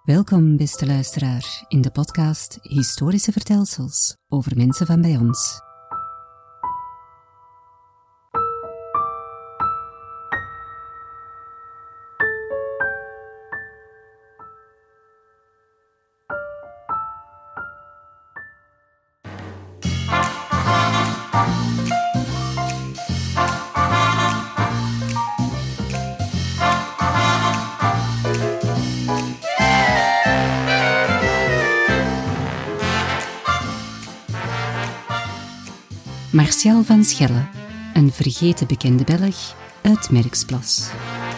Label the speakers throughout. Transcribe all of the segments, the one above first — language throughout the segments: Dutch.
Speaker 1: Welkom, beste luisteraar, in de podcast Historische Vertelsels over mensen van bij ons. Martial van Schelle, een vergeten bekende Belg uit Merksplas.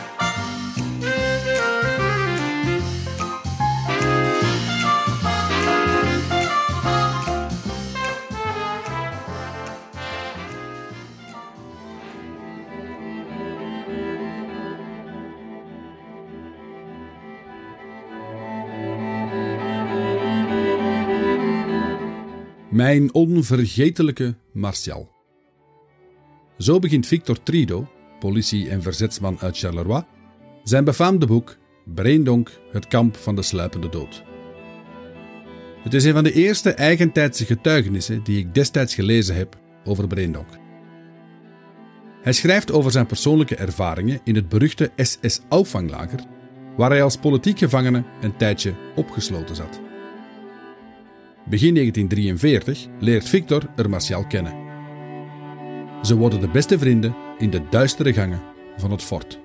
Speaker 2: Mijn onvergetelijke Martial. Zo begint Victor Trido, politie- en verzetsman uit Charleroi, zijn befaamde boek Breendonk, het kamp van de sluipende dood. Het is een van de eerste eigentijdse getuigenissen die ik destijds gelezen heb over Breendonk. Hij schrijft over zijn persoonlijke ervaringen in het beruchte SS-Auffanglager, waar hij als politiek gevangene een tijdje opgesloten zat. Begin 1943 leert Victor er Martial kennen. Ze worden de beste vrienden in de duistere gangen van het fort.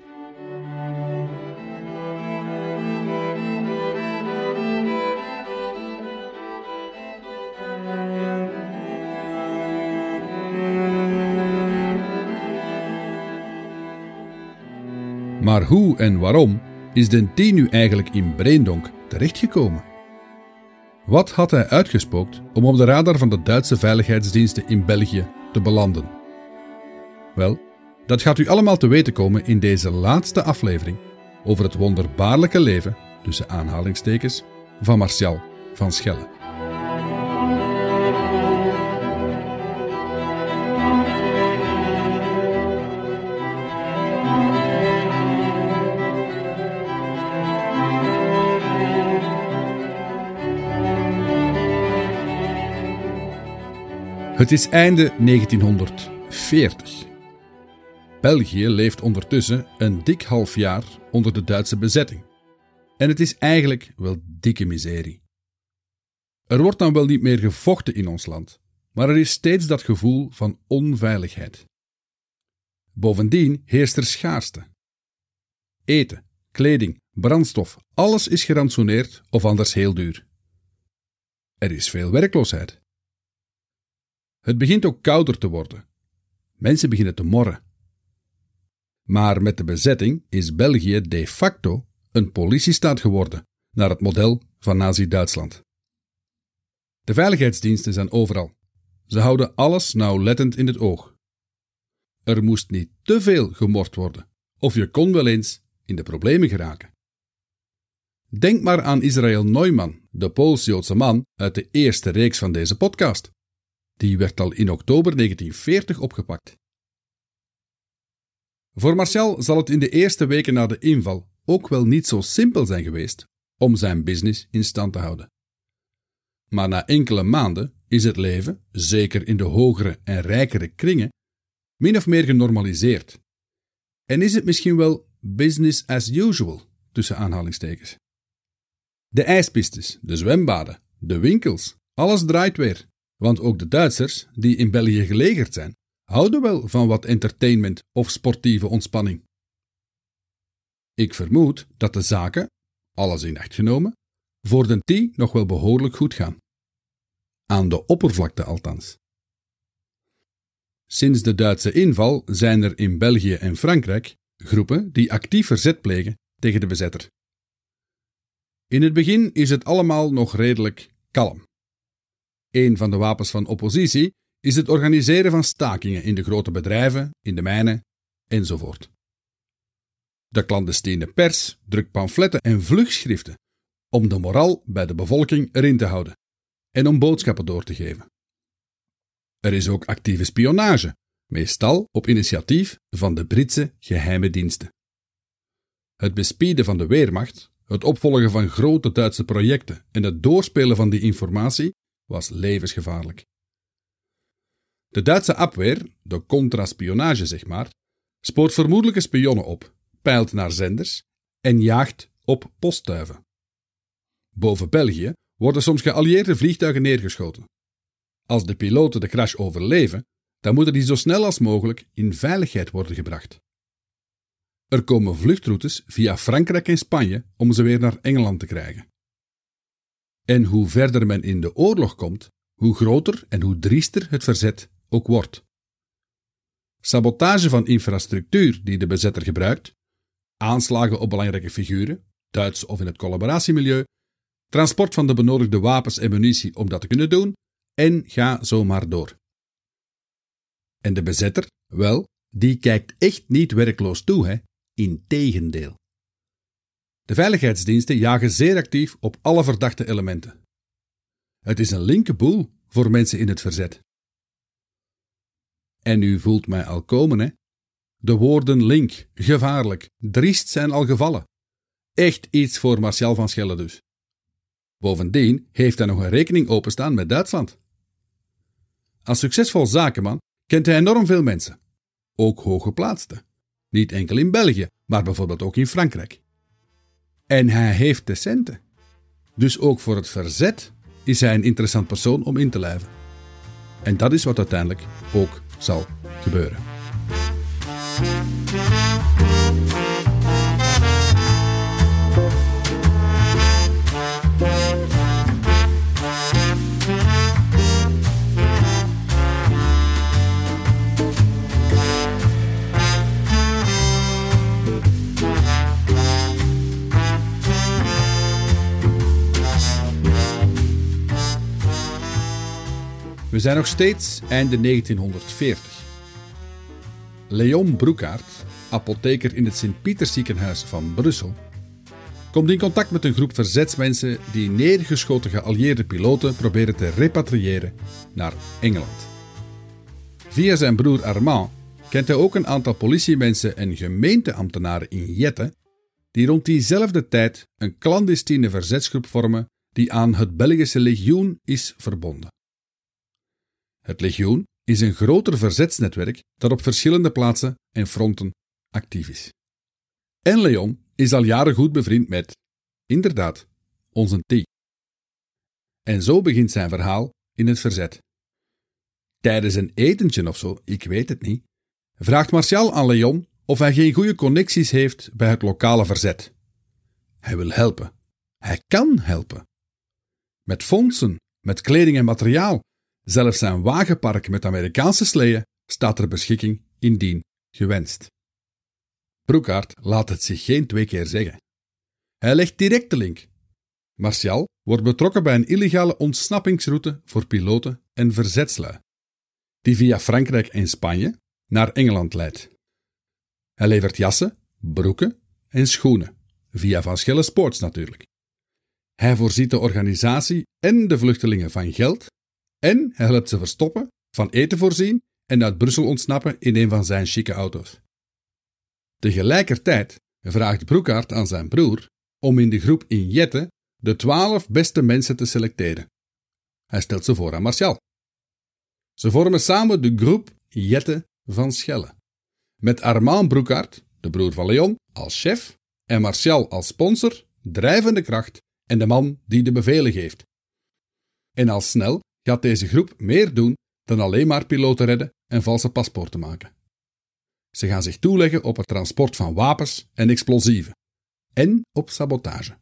Speaker 2: Maar hoe en waarom is Den T nu eigenlijk in Breendonk terechtgekomen? Wat had hij uitgespookt om op de radar van de Duitse veiligheidsdiensten in België te belanden? Wel, dat gaat u allemaal te weten komen in deze laatste aflevering over het wonderbaarlijke leven, tussen aanhalingstekens, van Martial van Schelle. Het is einde 1940. België leeft ondertussen een dik half jaar onder de Duitse bezetting. En het is eigenlijk wel dikke miserie. Er wordt dan wel niet meer gevochten in ons land, maar er is steeds dat gevoel van onveiligheid. Bovendien heerst er schaarste. Eten, kleding, brandstof, alles is gerantsoeneerd of anders heel duur. Er is veel werkloosheid. Het begint ook kouder te worden. Mensen beginnen te morren. Maar met de bezetting is België de facto een politiestaat geworden, naar het model van Nazi-Duitsland. De veiligheidsdiensten zijn overal. Ze houden alles nauwlettend in het oog. Er moest niet te veel gemord worden, of je kon wel eens in de problemen geraken. Denk maar aan Israël Neumann, de Pools-Joodse man uit de eerste reeks van deze podcast. Die werd al in oktober 1940 opgepakt. Voor Martial zal het in de eerste weken na de inval ook wel niet zo simpel zijn geweest om zijn business in stand te houden. Maar na enkele maanden is het leven, zeker in de hogere en rijkere kringen, min of meer genormaliseerd. En is het misschien wel business as usual, tussen aanhalingstekens. De ijspistes, de zwembaden, de winkels, alles draait weer. Want ook de Duitsers, die in België gelegerd zijn, houden wel van wat entertainment of sportieve ontspanning. Ik vermoed dat de zaken, alles in acht genomen, voor Den T nog wel behoorlijk goed gaan. Aan de oppervlakte althans. Sinds de Duitse inval zijn er in België en Frankrijk groepen die actief verzet plegen tegen de bezetter. In het begin is het allemaal nog redelijk kalm. Een van de wapens van oppositie is het organiseren van stakingen in de grote bedrijven, in de mijnen, enzovoort. De clandestine pers drukt pamfletten en vlugschriften om de moraal bij de bevolking erin te houden en om boodschappen door te geven. Er is ook actieve spionage, meestal op initiatief van de Britse geheime diensten. Het bespieden van de Wehrmacht Het opvolgen van grote Duitse projecten en het doorspelen van die informatie was levensgevaarlijk. De Duitse Abwehr, de contraspionage zeg maar, spoort vermoedelijke spionnen op, peilt naar zenders en jaagt op postduiven. Boven België worden soms geallieerde vliegtuigen neergeschoten. Als de piloten de crash overleven, dan moeten die zo snel als mogelijk in veiligheid worden gebracht. Er komen vluchtroutes via Frankrijk en Spanje om ze weer naar Engeland te krijgen. En hoe verder men in de oorlog komt, hoe groter en hoe driester het verzet ook wordt. Sabotage van infrastructuur die de bezetter gebruikt, aanslagen op belangrijke figuren, Duits of in het collaboratiemilieu, transport van de benodigde wapens en munitie om dat te kunnen doen, en ga zo maar door. En de bezetter, wel, die kijkt echt niet werkloos toe, hè? Integendeel. De veiligheidsdiensten jagen zeer actief op alle verdachte elementen. Het is een linker boel voor mensen in het verzet. En u voelt mij al komen, hè? De woorden link, gevaarlijk, driest zijn al gevallen. Echt iets voor Martial van Schelle dus. Bovendien heeft hij nog een rekening openstaan met Duitsland. Als succesvol zakenman kent hij enorm veel mensen. Ook hooggeplaatsten. Niet enkel in België, maar bijvoorbeeld ook in Frankrijk. En hij heeft de centen. Dus ook voor het verzet is hij een interessant persoon om in te lijven. En dat is wat uiteindelijk ook zal gebeuren. We zijn nog steeds einde 1940. Léon Brookaert, apotheker in het Sint-Pietersziekenhuis van Brussel, komt in contact met een groep verzetsmensen die neergeschoten geallieerde piloten proberen te repatriëren naar Engeland. Via zijn broer Armand kent hij ook een aantal politiemensen en gemeenteambtenaren in Jette die rond diezelfde tijd een clandestine verzetsgroep vormen die aan het Belgische legioen is verbonden. Het legioen is een groter verzetsnetwerk dat op verschillende plaatsen en fronten actief is. En Léon is al jaren goed bevriend met, inderdaad, onze T. En zo begint zijn verhaal in het verzet. Tijdens een etentje of zo, ik weet het niet, vraagt Martial aan Léon of hij geen goede connecties heeft bij het lokale verzet. Hij wil helpen. Hij kan helpen. Met fondsen, met kleding en materiaal. Zelfs zijn wagenpark met Amerikaanse sleeën staat ter beschikking indien gewenst. Brookaert laat het zich geen 2 keer zeggen. Hij legt direct de link. Martial wordt betrokken bij een illegale ontsnappingsroute voor piloten en verzetslui, die via Frankrijk en Spanje naar Engeland leidt. Hij levert jassen, broeken en schoenen, via Van Schelle Sports natuurlijk. Hij voorziet de organisatie en de vluchtelingen van geld en hij helpt ze verstoppen, van eten voorzien en uit Brussel ontsnappen in een van zijn chique auto's. Tegelijkertijd vraagt Brookaert aan zijn broer om in de groep in Jette de 12 beste mensen te selecteren. Hij stelt ze voor aan Martial. Ze vormen samen de groep Jette van Schelle, met Armand Brookaert, de broer van Léon, als chef en Martial als sponsor, drijvende kracht en de man die de bevelen geeft. En al snel gaat deze groep meer doen dan alleen maar piloten redden en valse paspoorten maken. Ze gaan zich toeleggen op het transport van wapens en explosieven en op sabotage.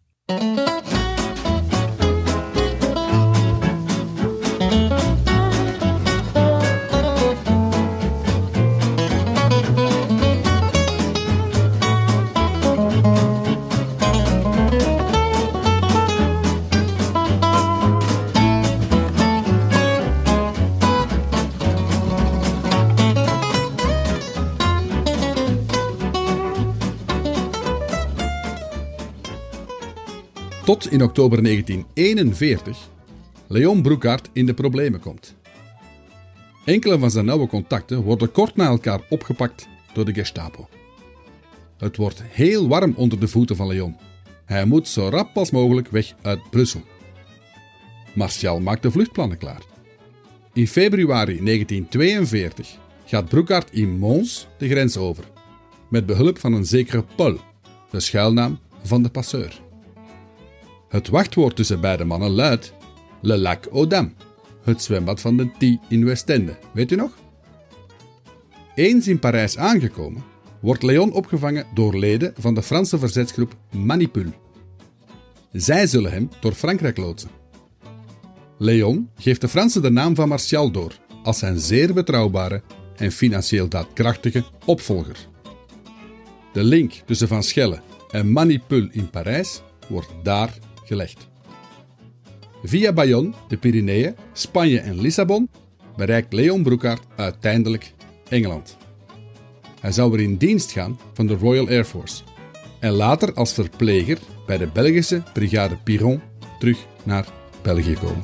Speaker 2: Tot in oktober 1941 Léon Brookaert in de problemen komt. Enkele van zijn nauwe contacten worden kort na elkaar opgepakt door de Gestapo. Het wordt heel warm onder de voeten van Léon. Hij moet zo rap als mogelijk weg uit Brussel. Martial maakt de vluchtplannen klaar. In februari 1942 gaat Brocard in Mons de grens over, met behulp van een zekere Paul, de schuilnaam van de passeur. Het wachtwoord tussen beide mannen luidt Le Lac aux Dames, het zwembad van de Thie in Westende, weet u nog? Eens in Parijs aangekomen, wordt Léon opgevangen door leden van de Franse verzetsgroep Manipule. Zij zullen hem door Frankrijk loodsen. Léon geeft de Fransen de naam van Martial door als zijn zeer betrouwbare en financieel daadkrachtige opvolger. De link tussen Van Schelle en Manipule in Parijs wordt daar gelegd. Via Bayonne, de Pyreneeën, Spanje en Lissabon bereikt Léon Brocard uiteindelijk Engeland. Hij zou er in dienst gaan van de Royal Air Force en later als verpleger bij de Belgische brigade Piron terug naar België komen.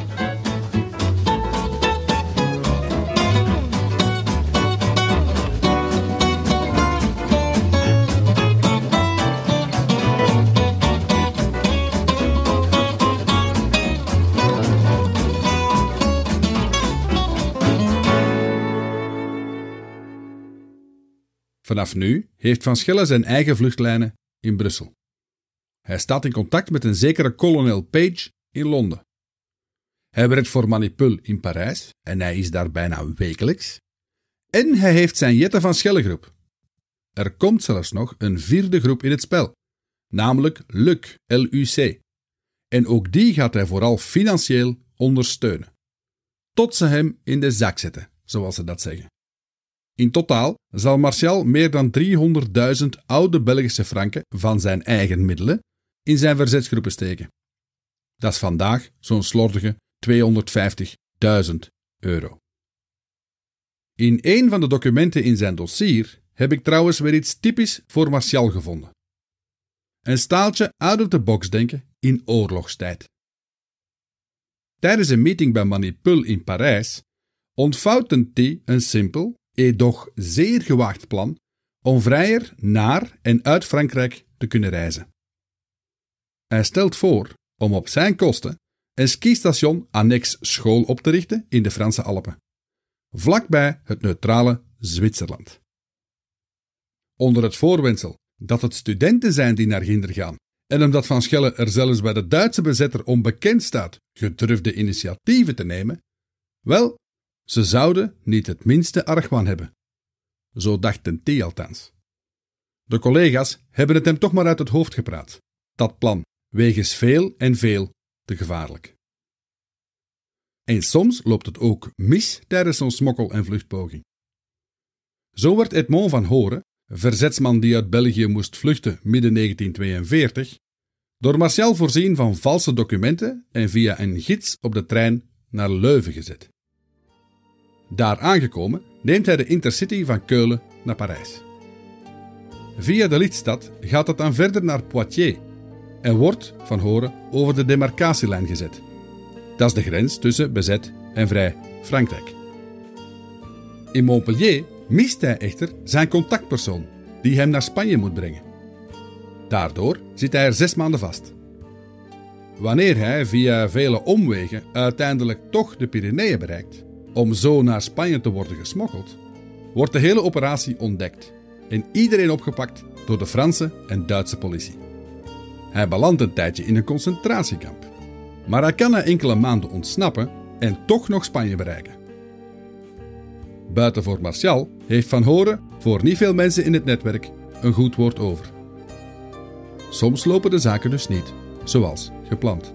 Speaker 2: Vanaf nu heeft Van Schelle zijn eigen vluchtlijnen in Brussel. Hij staat in contact met een zekere kolonel Page in Londen. Hij werkt voor Manipule in Parijs en hij is daar bijna wekelijks. En hij heeft zijn Jette Van Schelle groep. Er komt zelfs nog een vierde groep in het spel, namelijk LUC, L-U-C. En ook die gaat hij vooral financieel ondersteunen. Tot ze hem in de zak zetten, zoals ze dat zeggen. In totaal zal Martial meer dan 300.000 oude Belgische franken van zijn eigen middelen in zijn verzetsgroepen steken. Dat is vandaag zo'n slordige €250.000. In een van de documenten in zijn dossier heb ik trouwens weer iets typisch voor Martial gevonden. Een staaltje out of the box denken in oorlogstijd. Tijdens een meeting bij Manipule in Parijs ontvouwt een Thie een simpel, doch zeer gewaagd plan om vrijer naar en uit Frankrijk te kunnen reizen. Hij stelt voor om op zijn kosten een skistation annex school op te richten in de Franse Alpen, vlakbij het neutrale Zwitserland. Onder het voorwendsel dat het studenten zijn die naar Ginder gaan en omdat Van Schelle er zelfs bij de Duitse bezetter onbekend staat gedurfde initiatieven te nemen, wel, ze zouden niet het minste argwaan hebben. Zo dacht een Thie althans. De collega's hebben het hem toch maar uit het hoofd gepraat. Dat plan, wegens veel en veel te gevaarlijk. En soms loopt het ook mis tijdens zo'n smokkel- en vluchtpoging. Zo werd Edmond van Horen, verzetsman die uit België moest vluchten midden 1942, door Martial voorzien van valse documenten en via een gids op de trein naar Leuven gezet. Daar aangekomen neemt hij de Intercity van Keulen naar Parijs. Via de Lichtstad gaat het dan verder naar Poitiers en wordt Van Horen over de demarcatielijn gezet. Dat is de grens tussen bezet en vrij Frankrijk. In Montpellier mist hij echter zijn contactpersoon, die hem naar Spanje moet brengen. Daardoor zit hij er 6 maanden vast. Wanneer hij via vele omwegen uiteindelijk toch de Pyreneeën bereikt, om zo naar Spanje te worden gesmokkeld, wordt de hele operatie ontdekt en iedereen opgepakt door de Franse en Duitse politie. Hij belandt een tijdje in een concentratiekamp, maar hij kan na enkele maanden ontsnappen en toch nog Spanje bereiken. Buiten voor Martial heeft Van Horen voor niet veel mensen in het netwerk een goed woord over. Soms lopen de zaken dus niet zoals gepland.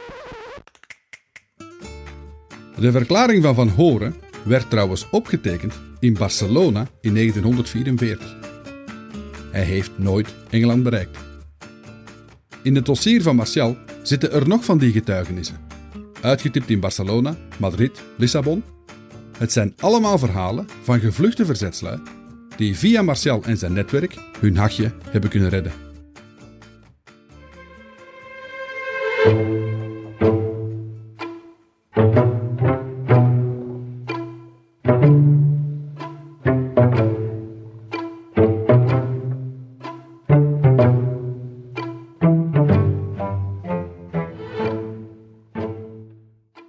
Speaker 2: De verklaring van Van Horen werd trouwens opgetekend in Barcelona in 1944. Hij heeft nooit Engeland bereikt. In het dossier van Martial zitten er nog van die getuigenissen, uitgetypt in Barcelona, Madrid, Lissabon. Het zijn allemaal verhalen van gevluchte verzetslui die via Martial en zijn netwerk hun hachje hebben kunnen redden.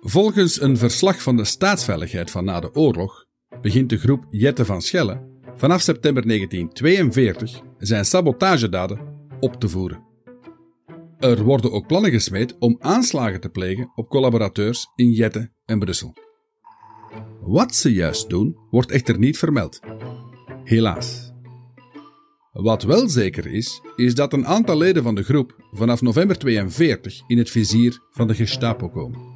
Speaker 2: Volgens een verslag van de Staatsveiligheid van na de oorlog begint de groep Jette van Schelle vanaf september 1942 zijn sabotagedaden op te voeren. Er worden ook plannen gesmeed om aanslagen te plegen op collaborateurs in Jette en Brussel. Wat ze juist doen, wordt echter niet vermeld. Helaas. Wat wel zeker is dat een aantal leden van de groep vanaf november 1942 in het vizier van de Gestapo komen.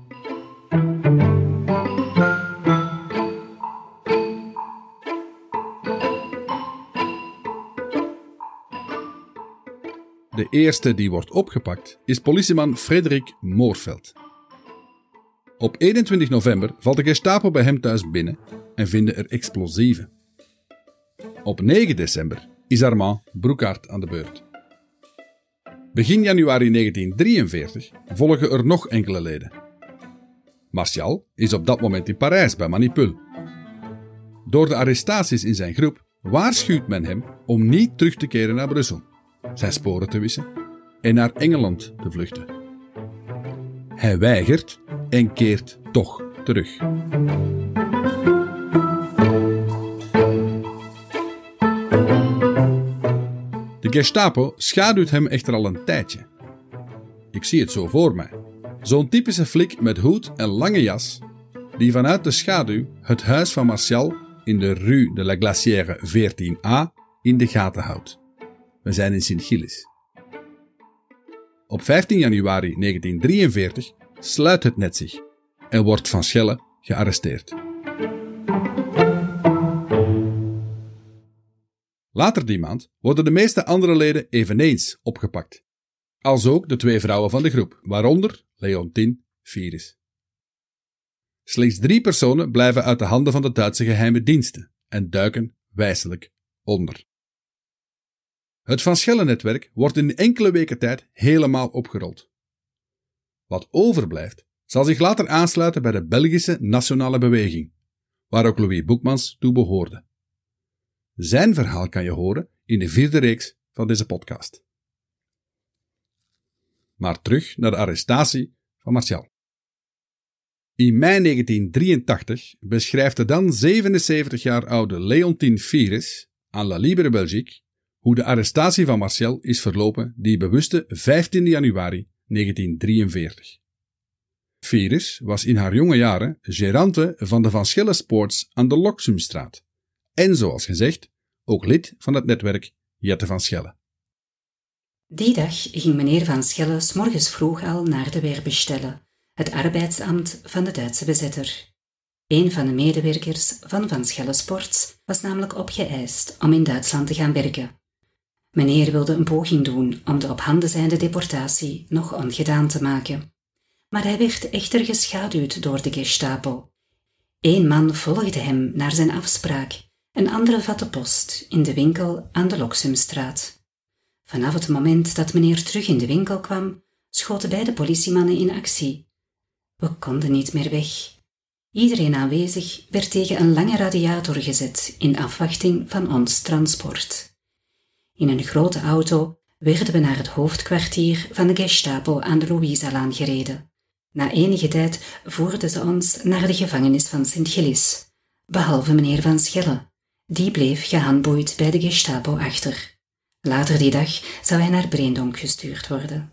Speaker 2: De eerste die wordt opgepakt is politieman Frederik Moorveld. Op 21 november valt de Gestapo bij hem thuis binnen en vinden er explosieven. Op 9 december is Armand Broekaert aan de beurt. Begin januari 1943 volgen er nog enkele leden. Martial is op dat moment in Parijs bij Manipul. Door de arrestaties in zijn groep waarschuwt men hem om niet terug te keren naar Brussel, zijn sporen te wissen en naar Engeland te vluchten. Hij weigert en keert toch terug. De Gestapo schaduwt hem echter al een tijdje. Ik zie het zo voor mij. Zo'n typische flik met hoed en lange jas, die vanuit de schaduw het huis van Martial in de Rue de la Glacière 14a in de gaten houdt. We zijn in Sint-Gilles. Op 15 januari 1943 sluit het net zich en wordt Van Schelle gearresteerd. Later die maand worden de meeste andere leden eveneens opgepakt. Als ook de 2 vrouwen van de groep, waaronder Leontine Vieris. Slechts 3 personen blijven uit de handen van de Duitse geheime diensten en duiken wijselijk onder. Het Van Schelle-netwerk wordt in enkele weken tijd helemaal opgerold. Wat overblijft, zal zich later aansluiten bij de Belgische Nationale Beweging, waar ook Louis Boekmans toe behoorde. Zijn verhaal kan je horen in de 4e reeks van deze podcast. Maar terug naar de arrestatie van Martial. In mei 1983 beschrijft de dan 77 jaar oude Leontine Vieris aan La Libre Belgique hoe de arrestatie van Martial is verlopen die bewuste 15 januari 1943. Vieris was in haar jonge jaren gérante van de Van Schelle Sports aan de Loksumstraat en zoals gezegd ook lid van het netwerk Jette van Schelle.
Speaker 1: Die dag ging meneer Van Schelle 's morgens vroeg al naar de Werbestelle, het arbeidsambt van de Duitse bezetter. Een van de medewerkers van Van Schelle Sports was namelijk opgeëist om in Duitsland te gaan werken. Meneer wilde een poging doen om de op handen zijnde deportatie nog ongedaan te maken. Maar hij werd echter geschaduwd door de Gestapo. 1 man volgde hem naar zijn afspraak, een andere vatte post in de winkel aan de Loksumstraat. Vanaf het moment dat meneer terug in de winkel kwam, schoten beide politiemannen in actie. We konden niet meer weg. Iedereen aanwezig werd tegen een lange radiator gezet in afwachting van ons transport. In een grote auto werden we naar het hoofdkwartier van de Gestapo aan de Louisalaan gereden. Na enige tijd voerden ze ons naar de gevangenis van Sint-Gilles, behalve meneer Van Schelle. Die bleef gehandboeid bij de Gestapo achter. Later die dag zou hij naar Breendonk gestuurd worden.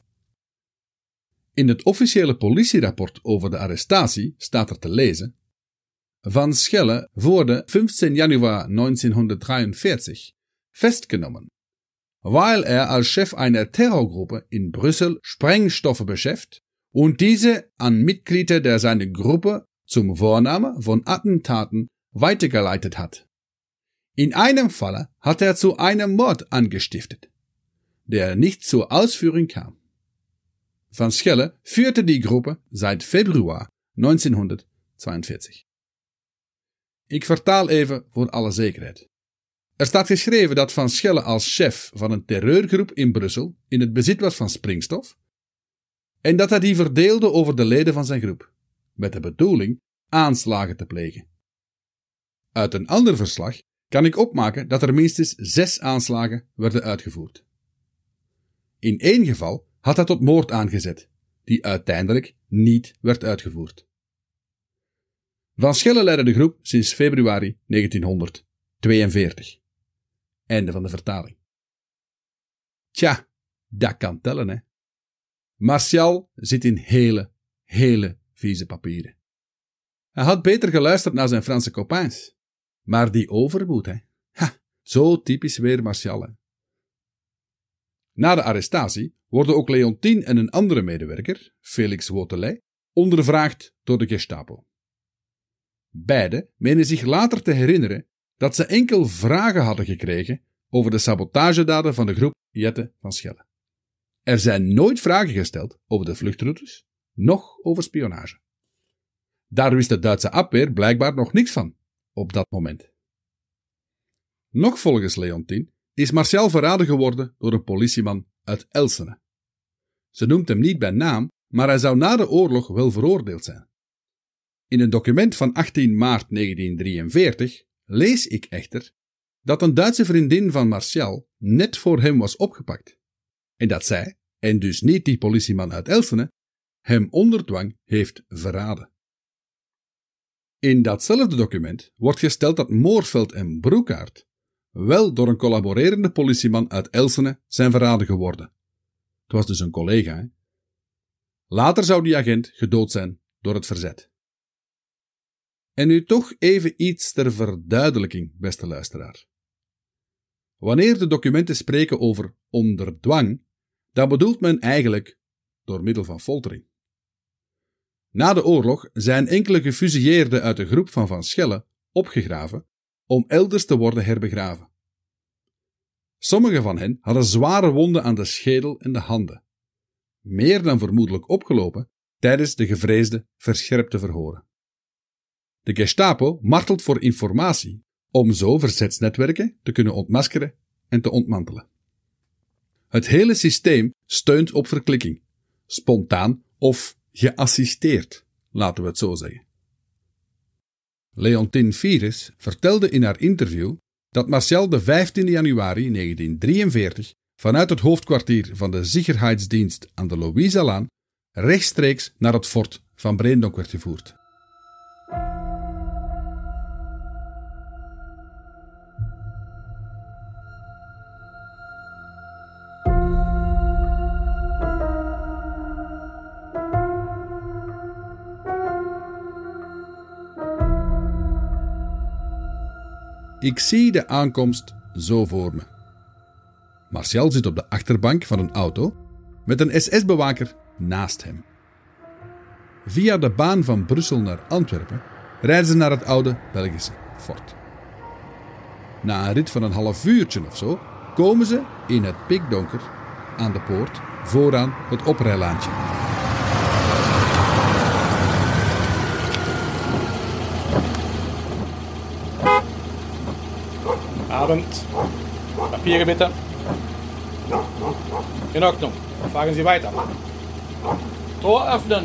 Speaker 2: In het officiële politierapport over de arrestatie staat er te lezen: Van Schelle wurde 15 Januar 1943 festgenommen, weil als Chef einer Terrorgruppe in Brüssel Sprengstoffe beschäftigt und diese an Mitglieder der seiner Gruppe zum Vornahme von Attentaten weitergeleitet hat. In einem Falle hat er zu einem Mord angestiftet, der nicht zur Ausführung kam. Van Schelle führte die Gruppe seit Februar 1942. Ik vertaal even voor alle zekerheid. Er staat geschreven dat Van Schelle als chef van een terreurgroep in Brussel in het bezit was van springstof en dat hij die verdeelde over de leden van zijn groep, met de bedoeling aanslagen te plegen. Uit een ander verslag kan ik opmaken dat er minstens 6 aanslagen werden uitgevoerd. In 1 geval had hij tot moord aangezet, die uiteindelijk niet werd uitgevoerd. Van Schelle leidde de groep sinds februari 1942. Einde van de vertaling. Tja, dat kan tellen, hè. Martial zit in hele vieze papieren. Hij had beter geluisterd naar zijn Franse copains. Maar die overmoed, hè. Ha, zo typisch weer Martial, hè. Na de arrestatie worden ook Leontien en een andere medewerker, Felix Wauttelet, ondervraagd door de Gestapo. Beiden menen zich later te herinneren dat ze enkel vragen hadden gekregen over de sabotagedaden van de groep Jette van Schelle. Er zijn nooit vragen gesteld over de vluchtroutes, noch over spionage. Daar wist de Duitse Abwehr blijkbaar nog niks van, op dat moment. Nog volgens Leontien is Martial verraden geworden door een politieman uit Elsene. Ze noemt hem niet bij naam, maar hij zou na de oorlog wel veroordeeld zijn. In een document van 18 maart 1943 lees ik echter dat een Duitse vriendin van Martial net voor hem was opgepakt. En dat zij, en dus niet die politieman uit Elsene, hem onder dwang heeft verraden. In datzelfde document wordt gesteld dat Moorveld en Broekaert wel door een collaborerende politieman uit Elsene zijn verraden geworden. Het was dus een collega, hè? Later zou die agent gedood zijn door het verzet. En nu toch even iets ter verduidelijking, beste luisteraar. Wanneer de documenten spreken over onder dwang, dan bedoelt men eigenlijk door middel van foltering. Na de oorlog zijn enkele gefusilleerden uit de groep van Schelle opgegraven om elders te worden herbegraven. Sommigen van hen hadden zware wonden aan de schedel en de handen, meer dan vermoedelijk opgelopen tijdens de gevreesde verscherpte verhoren. De Gestapo martelt voor informatie om zo verzetsnetwerken te kunnen ontmaskeren en te ontmantelen. Het hele systeem steunt op verklikking, spontaan of geassisteerd, laten we het zo zeggen. Leontien Vieris vertelde in haar interview dat Martial de 15 januari 1943 vanuit het hoofdkwartier van de Sicherheidsdienst aan de Louisalaan rechtstreeks naar het fort van Breendonk werd gevoerd. Ik zie de aankomst zo voor me. Martial zit op de achterbank van een auto met een SS-bewaker naast hem. Via de baan van Brussel naar Antwerpen rijden ze naar het oude Belgische fort. Na een rit van een half uurtje of zo komen ze in het pikdonker aan de poort vooraan het oprijlaantje.
Speaker 3: Abend. Papiere bitte. In Ordnung. Fahren Sie weiter. Tor öffnen.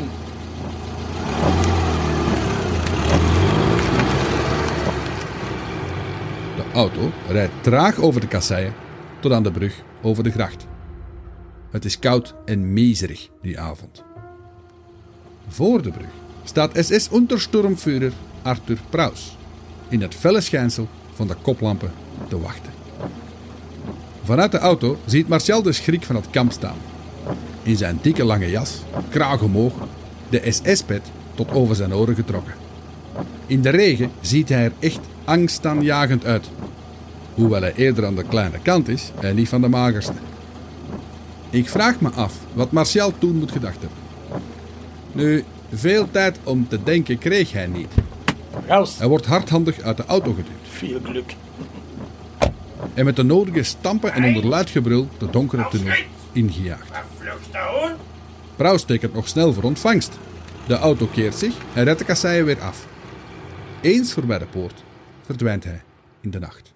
Speaker 2: De auto rijdt traag over de kasseien tot aan de brug over de gracht. Het is koud en miserig die avond. Voor de brug staat SS-Untersturmführer Arthur Praus in het felle schijnsel van de koplampen te wachten. Vanuit de auto ziet Martial de schrik van het kamp staan. In zijn dikke lange jas, kraag omhoog, de SS-pet tot over zijn oren getrokken. In de regen ziet hij er echt angstaanjagend uit. Hoewel hij eerder aan de kleine kant is en niet van de magerste. Ik vraag me af wat Martial toen moet gedacht hebben. Nu, veel tijd om te denken kreeg hij niet.
Speaker 3: Raus.
Speaker 2: Hij wordt hardhandig uit de auto geduwd.
Speaker 3: Veel geluk.
Speaker 2: En met de nodige stampen en onder luid gebrul de donkere tunnel ingejaagd. Praus tekent nog snel voor ontvangst. De auto keert zich en redt de kasseien weer af. Eens voorbij de poort verdwijnt hij in de nacht.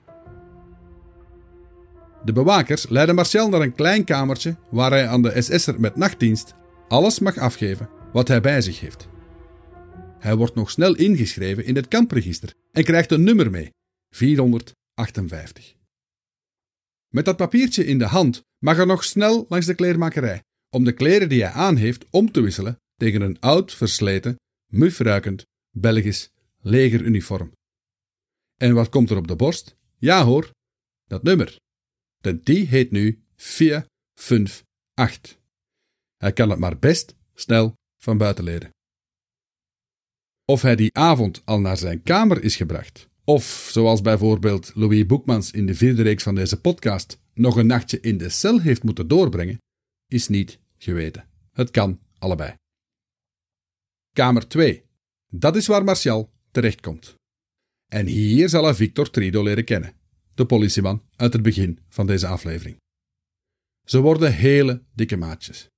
Speaker 2: De bewakers leiden Martial naar een klein kamertje waar hij aan de SS'er met nachtdienst alles mag afgeven wat hij bij zich heeft. Hij wordt nog snel ingeschreven in het kampregister en krijgt een nummer mee, 458. Met dat papiertje in de hand mag hij nog snel langs de kleermakerij om de kleren die hij aan heeft om te wisselen tegen een oud, versleten, muf ruikend Belgisch legeruniform. En wat komt er op de borst? Ja hoor, dat nummer. De T heet nu 458. Hij kan het maar best snel van buiten leren. Of hij die avond al naar zijn kamer is gebracht, of, zoals bijvoorbeeld Louis Boekmans in de 4e reeks van deze podcast, nog een nachtje in de cel heeft moeten doorbrengen, is niet geweten. Het kan allebei. Kamer 2. Dat is waar Martial terechtkomt. En hier zal hij Victor Trido leren kennen, de politieman uit het begin van deze aflevering. Ze worden hele dikke maatjes.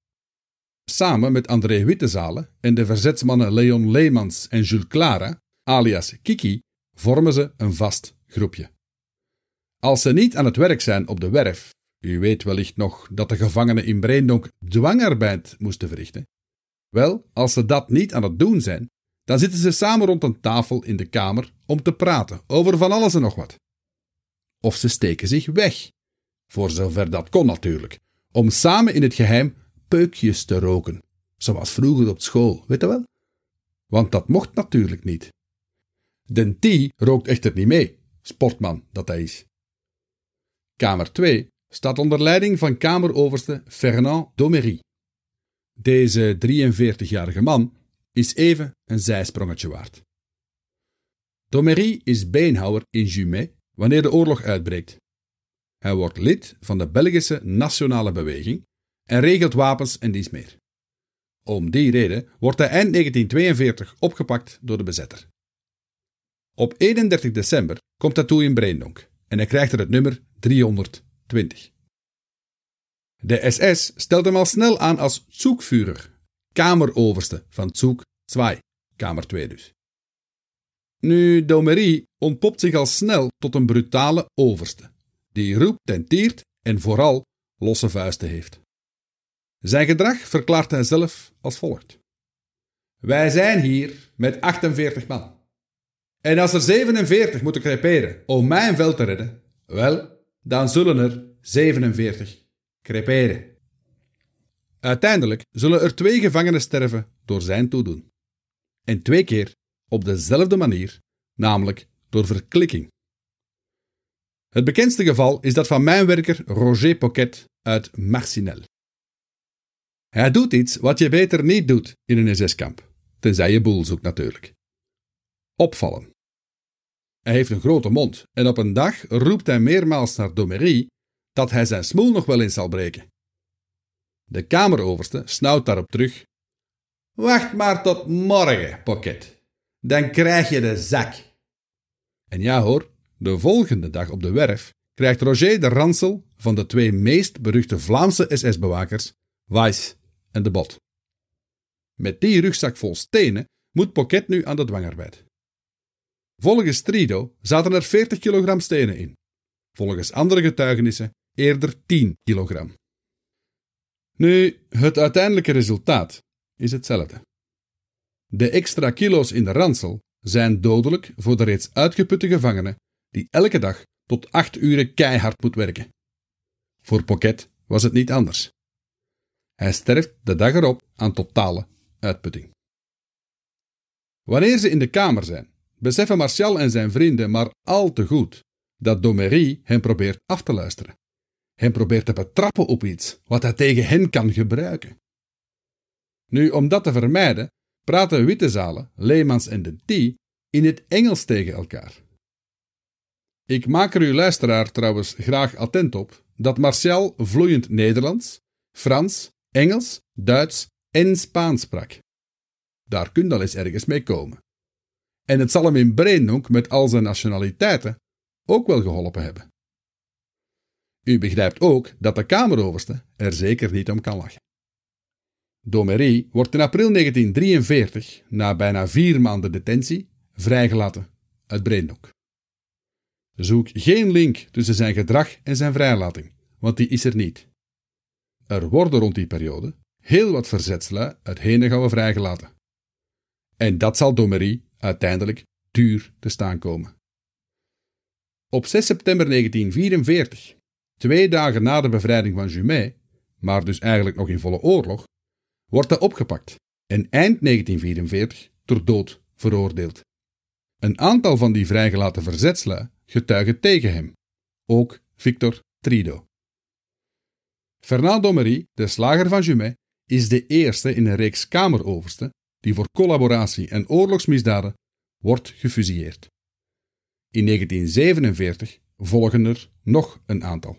Speaker 2: Samen met André Wittezalen en de verzetsmannen Leon Leemans en Jules Clara, alias Kiki, vormen ze een vast groepje. Als ze niet aan het werk zijn op de werf, u weet wellicht nog dat de gevangenen in Breendonk dwangarbeid moesten verrichten, wel, als ze dat niet aan het doen zijn, dan zitten ze samen rond een tafel in de kamer om te praten over van alles en nog wat. Of ze steken zich weg, voor zover dat kon natuurlijk, om samen in het geheim peukjes te roken, zoals vroeger op school, weet je wel? Want dat mocht natuurlijk niet. Den T rookt echter niet mee, sportman dat hij is. Kamer 2 staat onder leiding van kameroverste Fernand Domery. Deze 43-jarige man is even een zijsprongetje waard. Domery is beenhouwer in Jumet wanneer de oorlog uitbreekt. Hij wordt lid van de Belgische Nationale Beweging en regelt wapens en dies meer. Om die reden wordt hij eind 1942 opgepakt door de bezetter. Op 31 december komt hij toe in Breendonk en hij krijgt er het nummer 320. De SS stelt hem al snel aan als Zugführer, kameroverste van Zug 2, kamer 2 dus. Nu, Domery ontpopt zich al snel tot een brutale overste, die roept en tiert en vooral losse vuisten heeft. Zijn gedrag verklaart hij zelf als volgt. Wij zijn hier met 48 man. En als er 47 moeten creperen om mijn veld te redden, wel, dan zullen er 47 creperen. Uiteindelijk zullen er 2 gevangenen sterven door zijn toedoen. En 2 keer op dezelfde manier, namelijk door verklikking. Het bekendste geval is dat van mijnwerker Roger Poquet uit Marcinelle. Hij doet iets wat je beter niet doet in een SS-kamp, tenzij je boel zoekt natuurlijk. Opvallen. Hij heeft een grote mond en op een dag roept hij meermaals naar Domery dat hij zijn smoel nog wel eens zal breken. De kameroverste snauwt daarop terug. Wacht maar tot morgen, Poquet. Dan krijg je de zak. En ja hoor, de volgende dag op de werf krijgt Roger de ransel van de 2 meest beruchte Vlaamse SS-bewakers, Weiss en de Bot. Met die rugzak vol stenen moet Poquet nu aan de dwangarbeid. Volgens Trido zaten er 40 kilogram stenen in. Volgens andere getuigenissen eerder 10 kilogram. Nu, het uiteindelijke resultaat is hetzelfde. De extra kilo's in de ransel zijn dodelijk voor de reeds uitgeputte gevangene die elke dag tot 8 uren keihard moet werken. Voor Poquet was het niet anders. Hij sterft de dag erop aan totale uitputting. Wanneer ze in de kamer zijn, beseffen Martial en zijn vrienden maar al te goed dat Domery hem probeert af te luisteren. Hem probeert te betrappen op iets wat hij tegen hen kan gebruiken. Nu, om dat te vermijden, praten Wittezalen, Leemans en de T in het Engels tegen elkaar. Ik maak er uw luisteraar trouwens graag attent op dat Martial vloeiend Nederlands, Frans, Engels, Duits en Spaans sprak. Daar kun je al eens ergens mee komen. En het zal hem in Breendonk met al zijn nationaliteiten ook wel geholpen hebben. U begrijpt ook dat de kameroverste er zeker niet om kan lachen. Domery wordt in april 1943, na bijna 4 maanden detentie, vrijgelaten uit Breendonk. Zoek geen link tussen zijn gedrag en zijn vrijlating, want die is er niet. Er worden rond die periode heel wat verzetslui uit Henegouwen vrijgelaten. En dat zal Domery uiteindelijk duur te staan komen. Op 6 september 1944, 2 dagen na de bevrijding van Jumet, maar dus eigenlijk nog in volle oorlog, wordt hij opgepakt en eind 1944 ter dood veroordeeld. Een aantal van die vrijgelaten verzetslui getuigen tegen hem, ook Victor Trido. Fernand Domery, de slager van Jumet, is de eerste in een reeks kameroversten die voor collaboratie en oorlogsmisdaden wordt gefusilleerd. In 1947 volgen er nog een aantal.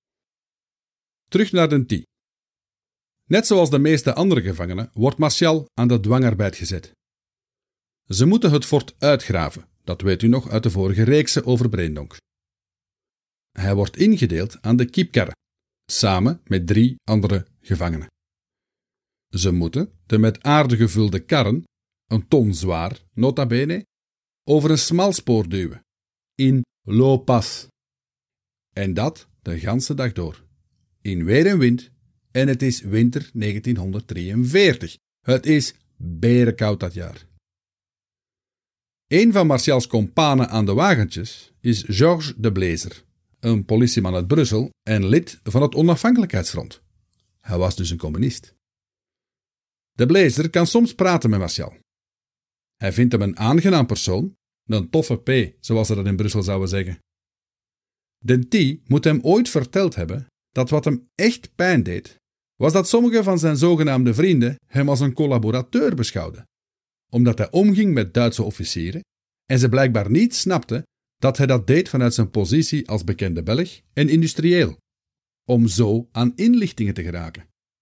Speaker 2: Terug naar Den Thie. Net zoals de meeste andere gevangenen wordt Martial aan de dwangarbeid gezet. Ze moeten het fort uitgraven, dat weet u nog uit de vorige reeksen over Breendonk. Hij wordt ingedeeld aan de kiepkarren, samen met 3 andere gevangenen. Ze moeten de met aarde gevulde karren, een ton zwaar, nota bene, over een smalspoor duwen, in Lopas. En dat de ganse dag door, in weer en wind, en het is winter 1943. Het is berenkoud dat jaar. Een van Martials kompanen aan de wagentjes is Georges de Blazer, een politieman uit Brussel en lid van het Onafhankelijkheidsfront. Hij was dus een communist. De Blazer kan soms praten met Martial. Hij vindt hem een aangenaam persoon, een toffe P, zoals ze dat in Brussel zouden zeggen. Den Thie moet hem ooit verteld hebben dat wat hem echt pijn deed, was dat sommige van zijn zogenaamde vrienden hem als een collaborateur beschouwden, omdat hij omging met Duitse officieren en ze blijkbaar niet snapten dat hij dat deed vanuit zijn positie als bekende Belg en industrieel, om zo aan inlichtingen te geraken.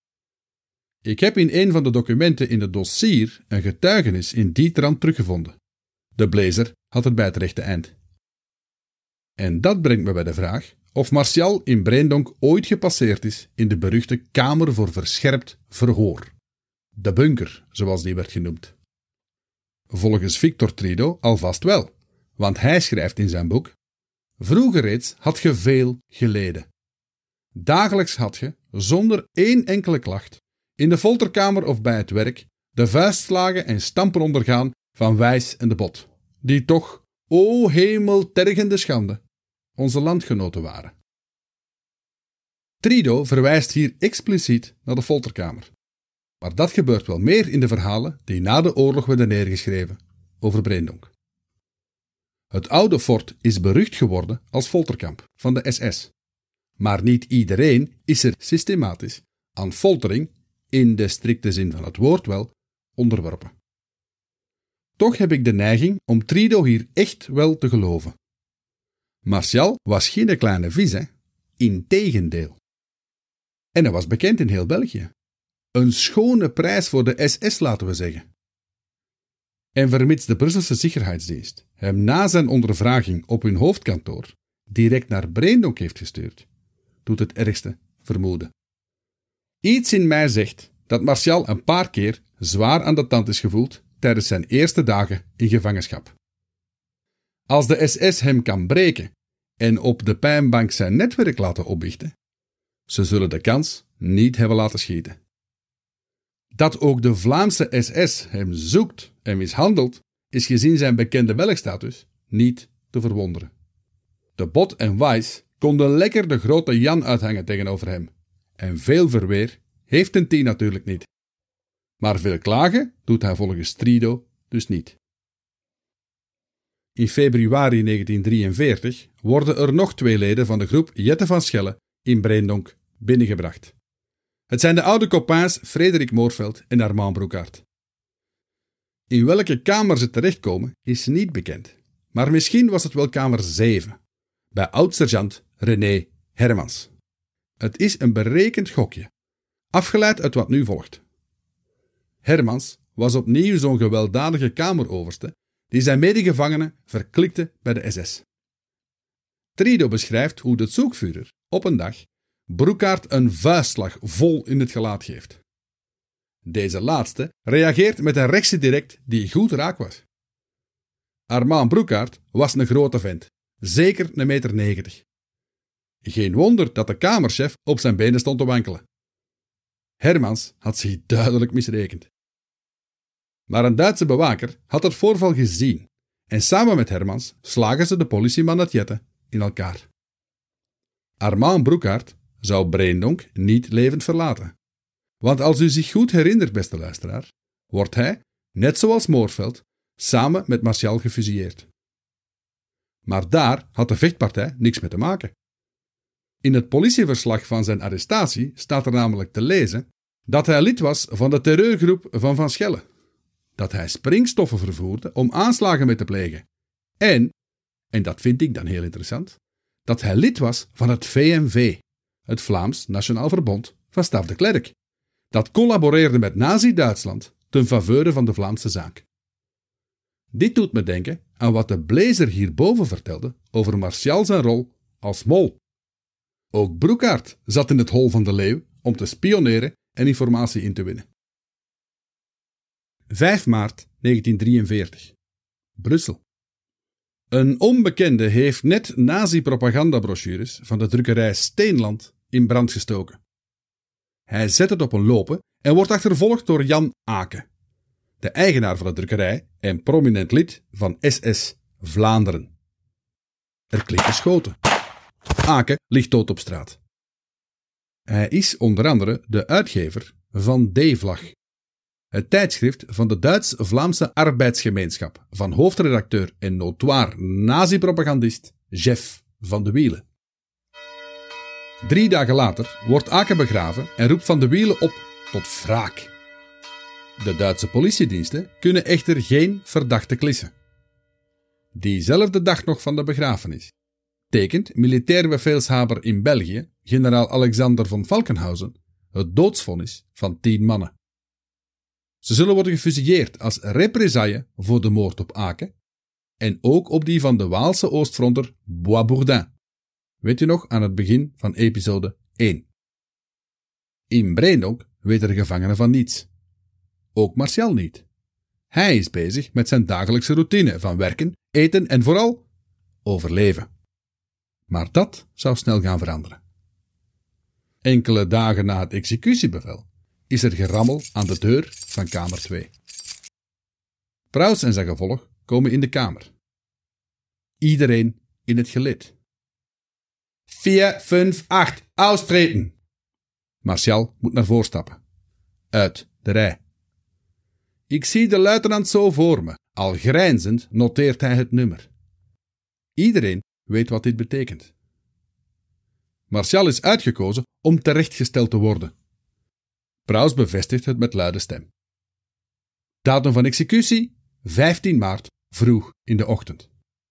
Speaker 2: Ik heb in een van de documenten in het dossier een getuigenis in die trant teruggevonden. De Blazer had het bij het rechte eind. En dat brengt me bij de vraag of Martial in Breendonk ooit gepasseerd is in de beruchte Kamer voor Verscherpt Verhoor. De bunker, zoals die werd genoemd. Volgens Victor Trido alvast wel, want hij schrijft in zijn boek: vroeger reeds had ge veel geleden. Dagelijks had ge, zonder één enkele klacht, in de folterkamer of bij het werk, de vuistslagen en stampen ondergaan van Wijs en de Bot, die toch, o hemeltergende schande, onze landgenoten waren. Trido verwijst hier expliciet naar de folterkamer. Maar dat gebeurt wel meer in de verhalen die na de oorlog werden neergeschreven over Breendonk. Het oude fort is berucht geworden als folterkamp van de SS. Maar niet iedereen is er systematisch aan foltering, in de strikte zin van het woord wel, onderworpen. Toch heb ik de neiging om Trido hier echt wel te geloven. Martial was geen kleine vis, hè? Integendeel. En hij was bekend in heel België. Een schone prijs voor de SS, laten we zeggen. En vermits de Brusselse Sicherheidsdienst hem na zijn ondervraging op hun hoofdkantoor direct naar Breendonk heeft gestuurd, doet het ergste vermoeden. Iets in mij zegt dat Martial een paar keer zwaar aan de tand is gevoeld tijdens zijn eerste dagen in gevangenschap. Als de SS hem kan breken en op de pijnbank zijn netwerk laten opbiechten, ze zullen de kans niet hebben laten schieten. Dat ook de Vlaamse SS hem zoekt en mishandelt, is gezien zijn bekende Belgstatus niet te verwonderen. De Bot en Wijs konden lekker de grote Jan uithangen tegenover hem. En veel verweer heeft Den Thie natuurlijk niet. Maar veel klagen doet hij volgens Trido dus niet. In februari 1943 worden er nog 2 leden van de groep Jette van Schelle in Breendonk binnengebracht. Het zijn de oude copains Frederik Moorveld en Armand Broekaert. In welke kamer ze terechtkomen is niet bekend, maar misschien was het wel kamer 7, bij oud-sergeant René Hermans. Het is een berekend gokje, afgeleid uit wat nu volgt. Hermans was opnieuw zo'n gewelddadige kameroverste die zijn medegevangenen verklikte bij de SS. Trido beschrijft hoe de zoekvuurder op een dag Broekaert een vuistslag vol in het gelaat geeft. Deze laatste reageert met een rechtse direct die goed raak was. Armand Broekaert was een grote vent, zeker 1,90 meter. Geen wonder dat de kamerchef op zijn benen stond te wankelen. Hermans had zich duidelijk misrekend. Maar een Duitse bewaker had het voorval gezien en samen met Hermans slagen ze de politieman uit Jette in elkaar. Armand Broekaert zou Breendonk niet levend verlaten. Want als u zich goed herinnert, beste luisteraar, wordt hij, net zoals Moorveld, samen met Martial gefusilleerd. Maar daar had de vechtpartij niks mee te maken. In het politieverslag van zijn arrestatie staat er namelijk te lezen dat hij lid was van de terreurgroep van Schelle, dat hij springstoffen vervoerde om aanslagen mee te plegen en dat vind ik dan heel interessant, dat hij lid was van het VNV, het Vlaams Nationaal Verbond van Staf de Klerk, dat collaboreerde met Nazi-Duitsland ten faveur van de Vlaamse zaak. Dit doet me denken aan wat de Blazer hierboven vertelde over Martial zijn rol als mol. Ook Broekaert zat in het hol van de leeuw om te spioneren en informatie in te winnen. 5 maart 1943. Brussel. Een onbekende heeft net nazi-propagandabrochures van de drukkerij Steenland in brand gestoken. Hij zet het op een lopen en wordt achtervolgd door Jan Ake, de eigenaar van de drukkerij en prominent lid van SS Vlaanderen. Er klinken schoten. Ake ligt dood op straat. Hij is onder andere de uitgever van D-Vlag, het tijdschrift van de Duits-Vlaamse arbeidsgemeenschap van hoofdredacteur en notoir nazi-propagandist Jeff van de Wielen. 3 dagen later wordt Ake begraven en roept Van de Wielen op tot wraak. De Duitse politiediensten kunnen echter geen verdachte klissen. Diezelfde dag nog van de begrafenis tekent militair bevelshaber in België, generaal Alexander von Falkenhausen, het doodsvonnis van 10 mannen. Ze zullen worden gefusilleerd als represaille voor de moord op Ake en ook op die van de Waalse oostfronter Boisbourdin. Weet u nog aan het begin van episode 1. In Breendonk weten de gevangenen van niets. Ook Martial niet. Hij is bezig met zijn dagelijkse routine van werken, eten en vooral overleven. Maar dat zou snel gaan veranderen. Enkele dagen na het executiebevel is er gerammel aan de deur van kamer 2. Praus en zijn gevolg komen in de kamer. Iedereen in het gelid. 4, 5, 8, austreten! Martial moet naar voren stappen. Uit de rij. Ik zie de luitenant zo voor me. Al grijnzend noteert hij het nummer. Iedereen weet wat dit betekent. Martial is uitgekozen om terechtgesteld te worden. Praus bevestigt het met luide stem. Datum van executie 15 maart, vroeg in de ochtend.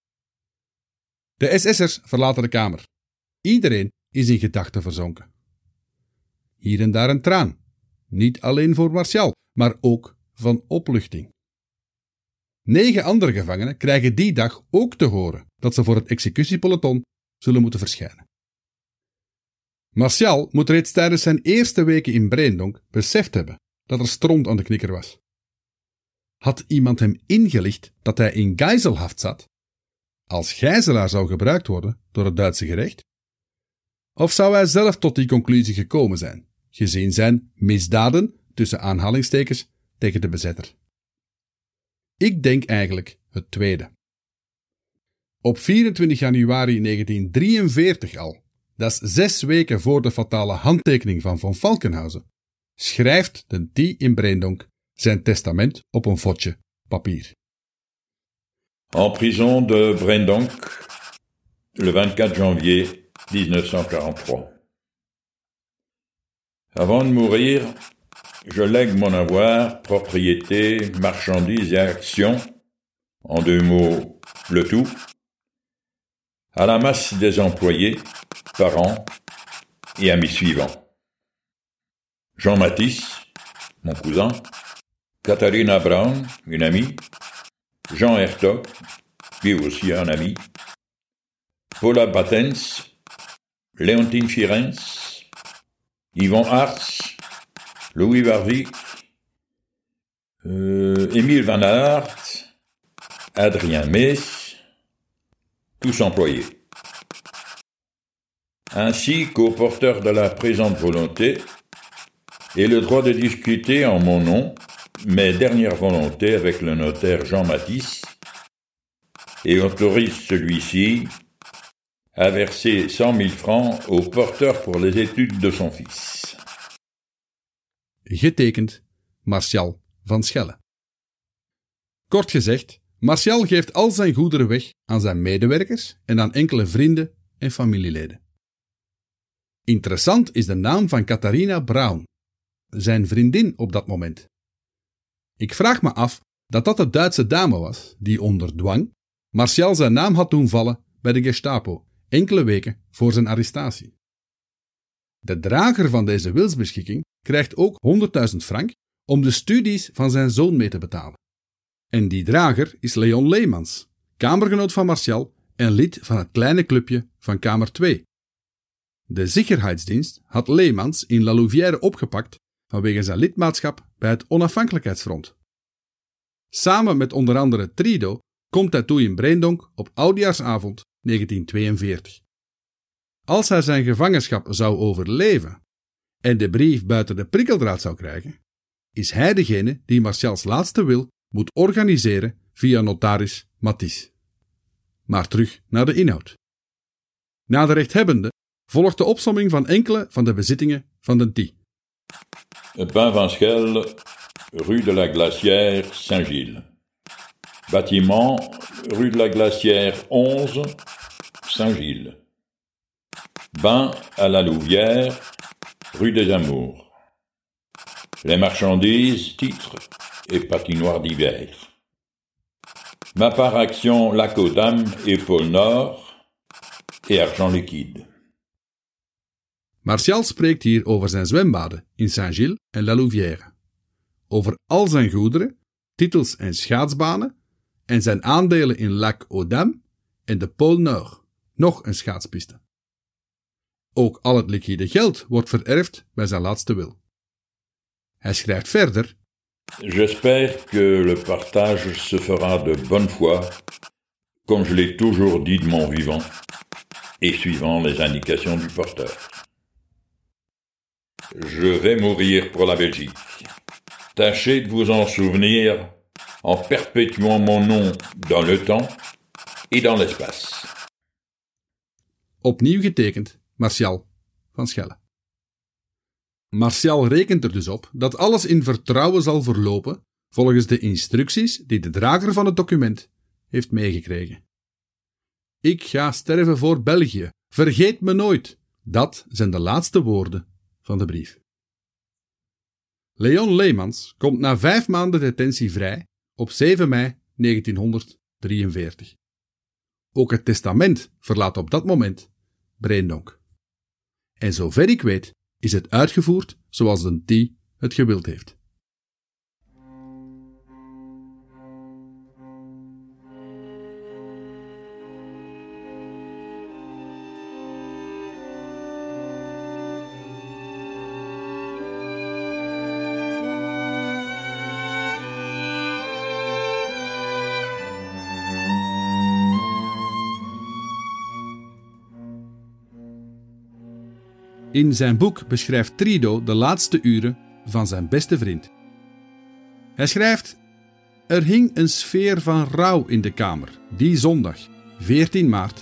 Speaker 2: De SS'ers verlaten de kamer. Iedereen is in gedachten verzonken. Hier en daar een traan. Niet alleen voor Martial, maar ook van opluchting. 9 andere gevangenen krijgen die dag ook te horen dat ze voor het executiepeloton zullen moeten verschijnen. Martial moet reeds tijdens zijn eerste weken in Breendonk beseft hebben dat er stront aan de knikker was. Had iemand hem ingelicht dat hij in gijzelhaft zat, als gijzelaar zou gebruikt worden door het Duitse gerecht? Of zou hij zelf tot die conclusie gekomen zijn, gezien zijn misdaden tussen aanhalingstekens tegen de bezetter? Ik denk eigenlijk het tweede. Op 24 januari 1943 al, dat is 6 weken voor de fatale handtekening van von Falkenhausen, schrijft de T in Breendonk zijn testament op een vodje papier.
Speaker 4: En prison de Breendonk, le 24 janvier 1943. Avant de mourir, je lègue mon avoir, propriété, marchandises et actions, en 2 mots, le tout, à la masse des employés, parents et amis suivants. Jean Matisse, mon cousin, Katharina Braun, une amie, Jean Hertog, lui aussi un ami, Paula Battens, Leontine Firens, Yvon Arts, Louis Warwick, Émile Van Aert, Adrien Mees, tous employés. Ainsi qu'au porteur de la présente volonté et le droit de discuter en mon nom mes dernières volontés avec le notaire Jean Matisse et autorise celui-ci à verser 100 000 francs au porteur pour les études de son fils.
Speaker 2: Getekend Martial van Schelle. Kort gezegd, Martial geeft al zijn goederen weg aan zijn medewerkers en aan enkele vrienden en familieleden. Interessant is de naam van Catharina Braun, zijn vriendin op dat moment. Ik vraag me af dat de Duitse dame was die onder dwang Martial zijn naam had doen vallen bij de Gestapo enkele weken voor zijn arrestatie. De drager van deze wilsbeschikking krijgt ook 100.000 frank om de studies van zijn zoon mee te betalen. En die drager is Leon Leemans, kamergenoot van Martial en lid van het kleine clubje van Kamer 2. De Sicherheidsdienst had Leemans in La Louvière opgepakt vanwege zijn lidmaatschap bij het Onafhankelijkheidsfront. Samen met onder andere Trido komt hij toe in Breendonk op oudejaarsavond 1942. Als hij zijn gevangenschap zou overleven en de brief buiten de prikkeldraad zou krijgen, is hij degene die Martials laatste wil moet organiseren via notaris Matisse. Maar terug naar de inhoud. Na de rechthebbende volgt de opsomming van enkele van de bezittingen van de T.
Speaker 4: Pain van Schelle, rue de la Glacière, Saint-Gilles. Bâtiment, rue de la Glacière 11, Saint-Gilles. Bain à la Louvière, rue des Amours. Les marchandises, titres et patinoire d'hiver. Ma part action Lac aux Dames et Pôle Nord et argent liquide.
Speaker 2: Martial spreekt hier over zijn zwembaden in Saint-Gilles en La Louvière, over al zijn goederen, titels en schaatsbanen en zijn aandelen in Lac aux Dames en de Pôle Nord, nog een schaatspiste. Ook al het liquide geld wordt vererfd bij zijn laatste wil. Hij schrijft verder:
Speaker 4: J'espère que le partage se fera de bonne foi, comme je l'ai toujours dit de mon vivant, et suivant les indications du porteur. Je vais mourir pour la Belgique. Tâchez de vous en souvenir en perpétuant mon nom dans le temps et dans l'espace.
Speaker 2: Opnieuw getekend Martial van Schelle. Martial rekent er dus op dat alles in vertrouwen zal verlopen volgens de instructies die de drager van het document heeft meegekregen. Ik ga sterven voor België, vergeet me nooit. Dat zijn de laatste woorden van de brief. Leon Leemans komt na 5 maanden detentie vrij op 7 mei 1943. Ook het testament verlaat op dat moment Breendonk. En zover ik weet is het uitgevoerd zoals de T het gewild heeft. In zijn boek beschrijft Trido de laatste uren van zijn beste vriend. Hij schrijft: er hing een sfeer van rouw in de kamer, die zondag, 14 maart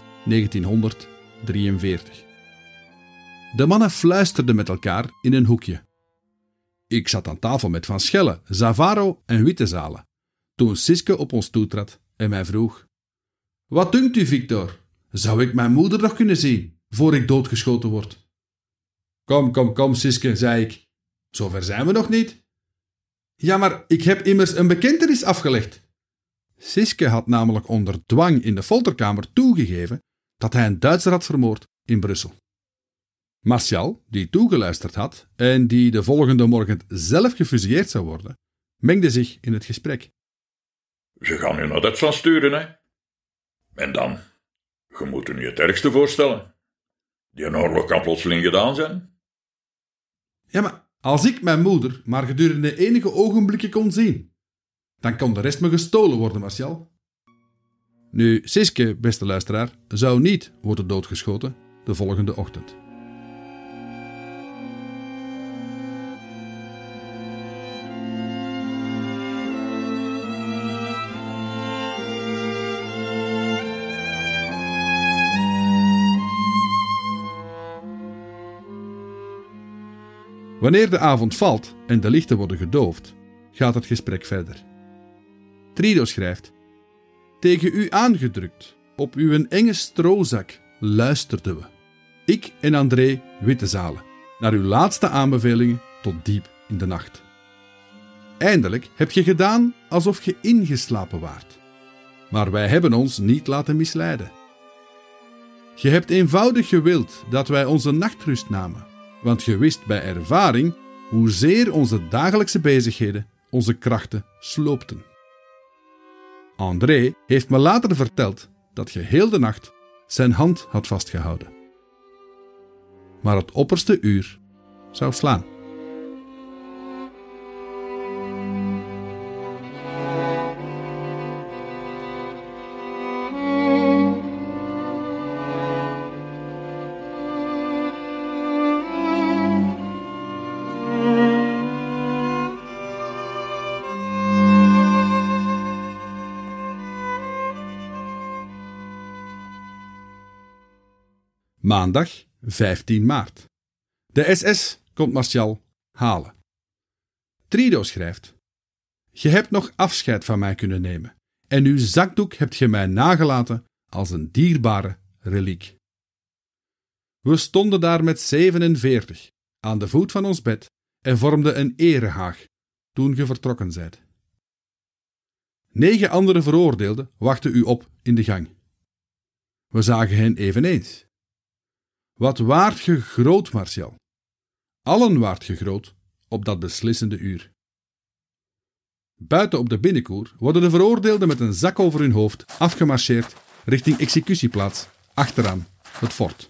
Speaker 2: 1943. De mannen fluisterden met elkaar in een hoekje. Ik zat aan tafel met Van Schelle, Zavaro en Wittezalen, toen Siske op ons toetrad en mij vroeg: wat dunkt u, Victor? Zou ik mijn moeder nog kunnen zien, voor ik doodgeschoten word? Kom, Siske, zei ik. Zover zijn we nog niet. Ja, maar ik heb immers een bekentenis afgelegd. Siske had namelijk onder dwang in de folterkamer toegegeven dat hij een Duitser had vermoord in Brussel. Martial, die toegeluisterd had en die de volgende morgen zelf gefusilleerd zou worden, mengde zich in het gesprek.
Speaker 4: Ze gaan u naar Duitsland sturen, hè? En dan? Je moet u het ergste voorstellen. Die oorlog kan plotseling gedaan zijn.
Speaker 2: Ja, maar als ik mijn moeder maar gedurende enige ogenblikken kon zien, dan kon de rest me gestolen worden, Martial. Nu, Siske, beste luisteraar, zou niet worden doodgeschoten de volgende ochtend. Wanneer de avond valt en de lichten worden gedoofd, gaat het gesprek verder. Trido schrijft: tegen u aangedrukt, op uw enge stroozak, luisterden we. Ik en André Wittezalen, naar uw laatste aanbevelingen tot diep in de nacht. Eindelijk heb je gedaan alsof je ingeslapen waart. Maar wij hebben ons niet laten misleiden. Je hebt eenvoudig gewild dat wij onze nachtrust namen, want je wist bij ervaring hoezeer onze dagelijkse bezigheden onze krachten sloopten. André heeft me later verteld dat je heel de nacht zijn hand had vastgehouden. Maar het opperste uur zou slaan. Maandag 15 maart. De SS komt Martial halen. Trido schrijft: je hebt nog afscheid van mij kunnen nemen en uw zakdoek hebt je mij nagelaten als een dierbare reliek. We stonden daar met 47 aan de voet van ons bed en vormden een erehaag toen je vertrokken zijt. 9 andere veroordeelden wachten u op in de gang. We zagen hen eveneens. Wat waart ge groot, Martial. Allen waart ge groot op dat beslissende uur. Buiten op de binnenkoer worden de veroordeelden met een zak over hun hoofd afgemarcheerd richting executieplaats, achteraan het fort.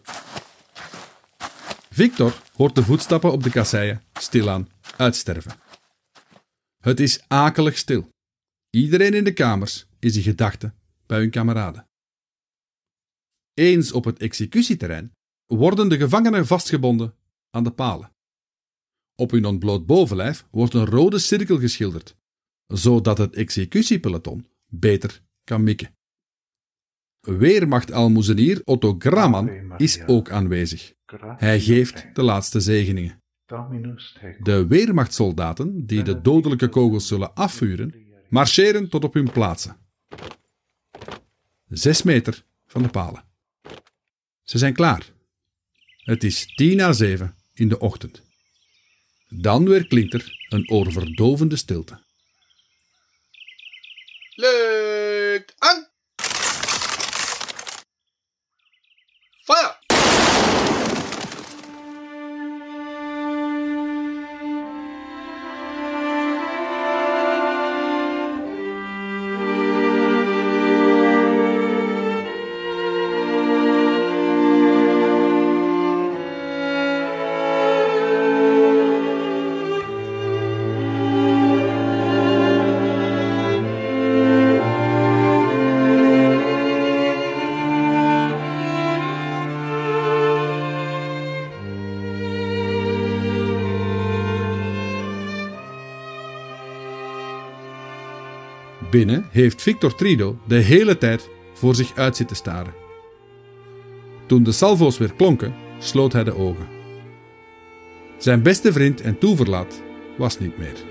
Speaker 2: Victor hoort de voetstappen op de kasseien stilaan uitsterven. Het is akelig stil. Iedereen in de kamers is in gedachten bij hun kameraden. Eens op het executieterrein worden de gevangenen vastgebonden aan de palen. Op hun ontbloot bovenlijf wordt een rode cirkel geschilderd, zodat het executiepeloton beter kan mikken. Weermacht-almoezenier Otto Gramman is ook aanwezig. Hij geeft de laatste zegeningen. De weermachtssoldaten, die de dodelijke kogels zullen afvuren, marcheren tot op hun plaatsen. 6 meter van de palen. Ze zijn klaar. Het is 6:50 in de ochtend. Dan weer klinkt er een oorverdovende stilte.
Speaker 3: Lukt aan! Fire!
Speaker 2: Binnen heeft Victor Trido de hele tijd voor zich uit zitten staren. Toen de salvo's weer klonken, sloot hij de ogen. Zijn beste vriend en toeverlaat was niet meer.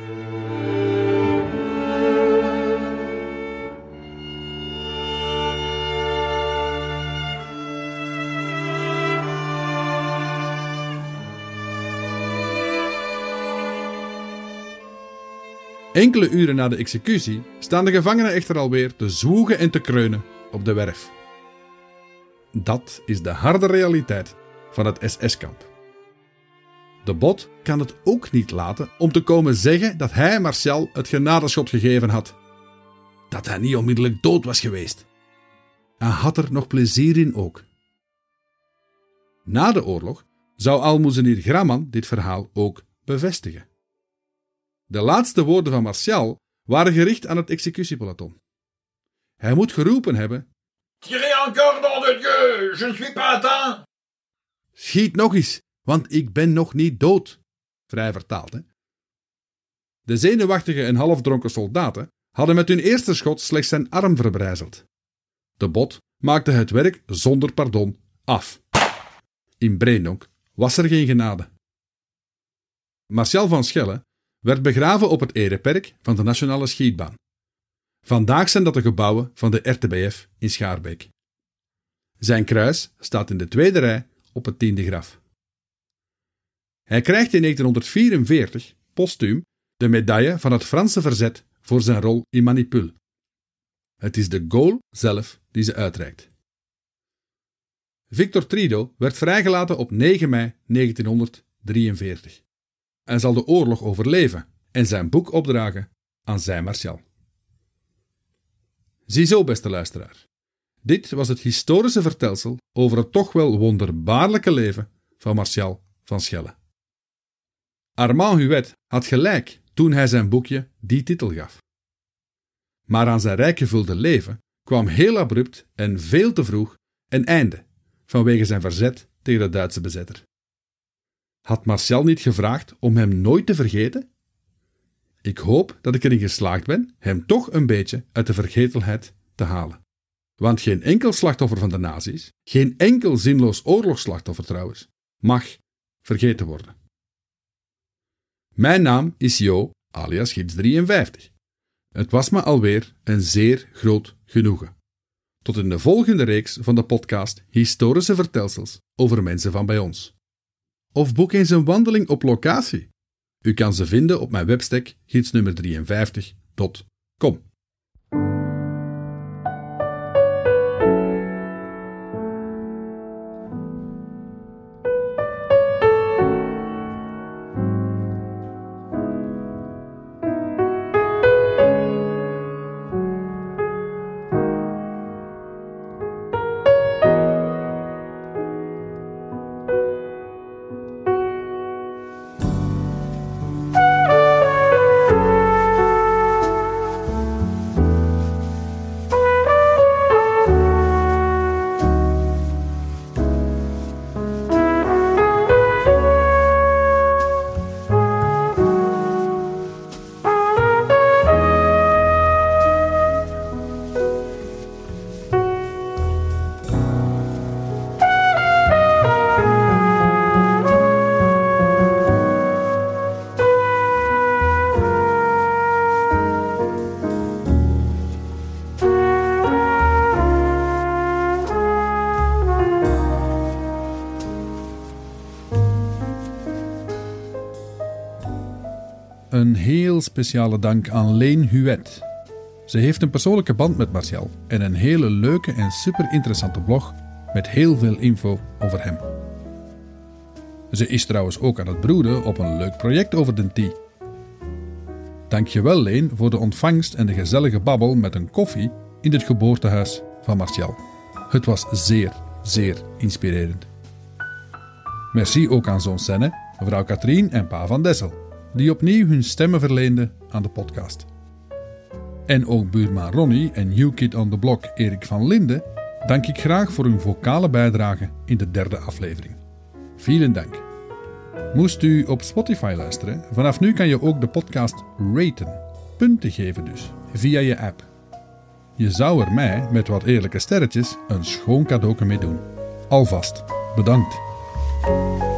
Speaker 2: Enkele uren na de executie staan de gevangenen echter alweer te zwoegen en te kreunen op de werf. Dat is de harde realiteit van het SS-kamp. De bot kan het ook niet laten om te komen zeggen dat hij Martial het genadeschot gegeven had. Dat hij niet onmiddellijk dood was geweest. Hij had er nog plezier in ook. Na de oorlog zou almoezenier Gramman dit verhaal ook bevestigen. De laatste woorden van Martial waren gericht aan het executiepeloton. Hij moet geroepen hebben:
Speaker 4: Tirez encore, nom de Dieu, je ne suis pas atteint.
Speaker 2: Schiet nog eens, want ik ben nog niet dood. Vrij vertaald, hè? De zenuwachtige en halfdronken soldaten hadden met hun eerste schot slechts zijn arm verbrijzeld. De bot maakte het werk zonder pardon af. In Breendonk was er geen genade. Martial van Schelle werd begraven op het ereperk van de Nationale Schietbaan. Vandaag zijn dat de gebouwen van de RTBF in Schaarbeek. Zijn kruis staat in de tweede rij op het 10e graf. Hij krijgt in 1944, postuum, de medaille van het Franse verzet voor zijn rol in Manipul. Het is de Gaulle zelf die ze uitreikt. Victor Trido werd vrijgelaten op 9 mei 1943 en zal de oorlog overleven en zijn boek opdragen aan zijn Martial. Ziezo, beste luisteraar. Dit was het historische vertelsel over het toch wel wonderbaarlijke leven van Martial van Schelle. Armand Huet had gelijk toen hij zijn boekje die titel gaf. Maar aan zijn rijk gevulde leven kwam heel abrupt en veel te vroeg een einde vanwege zijn verzet tegen de Duitse bezetter. Had Martial niet gevraagd om hem nooit te vergeten? Ik hoop dat ik erin geslaagd ben hem toch een beetje uit de vergetelheid te halen. Want geen enkel slachtoffer van de nazi's, geen enkel zinloos oorlogsslachtoffer trouwens, mag vergeten worden. Mijn naam is Jo, alias Gids 53. Het was me alweer een zeer groot genoegen. Tot in de volgende reeks van de podcast Historische Vertelsels over mensen van bij ons. Of boek eens een wandeling op locatie. U kan ze vinden op mijn webstack gidsnummer53.com. Een heel speciale dank aan Leen Huet. Ze heeft een persoonlijke band met Martial en een hele leuke en super interessante blog met heel veel info over hem. Ze is trouwens ook aan het broeden op een leuk project over de T. Dankjewel Leen voor de ontvangst en de gezellige babbel met een koffie in het geboortehuis van Martial. Het was zeer, zeer inspirerend. Merci ook aan zoon Senne, mevrouw Katrien en pa Van Dessel, die opnieuw hun stemmen verleenden aan de podcast. En ook buurman Ronnie en New Kid on the Block Erik van Linden dank ik graag voor hun vocale bijdrage in de 3e aflevering. Vielen dank. Moest u op Spotify luisteren, vanaf nu kan je ook de podcast raten, punten geven dus, via je app. Je zou er mij, met wat eerlijke sterretjes, een schoon cadeau mee doen. Alvast, bedankt.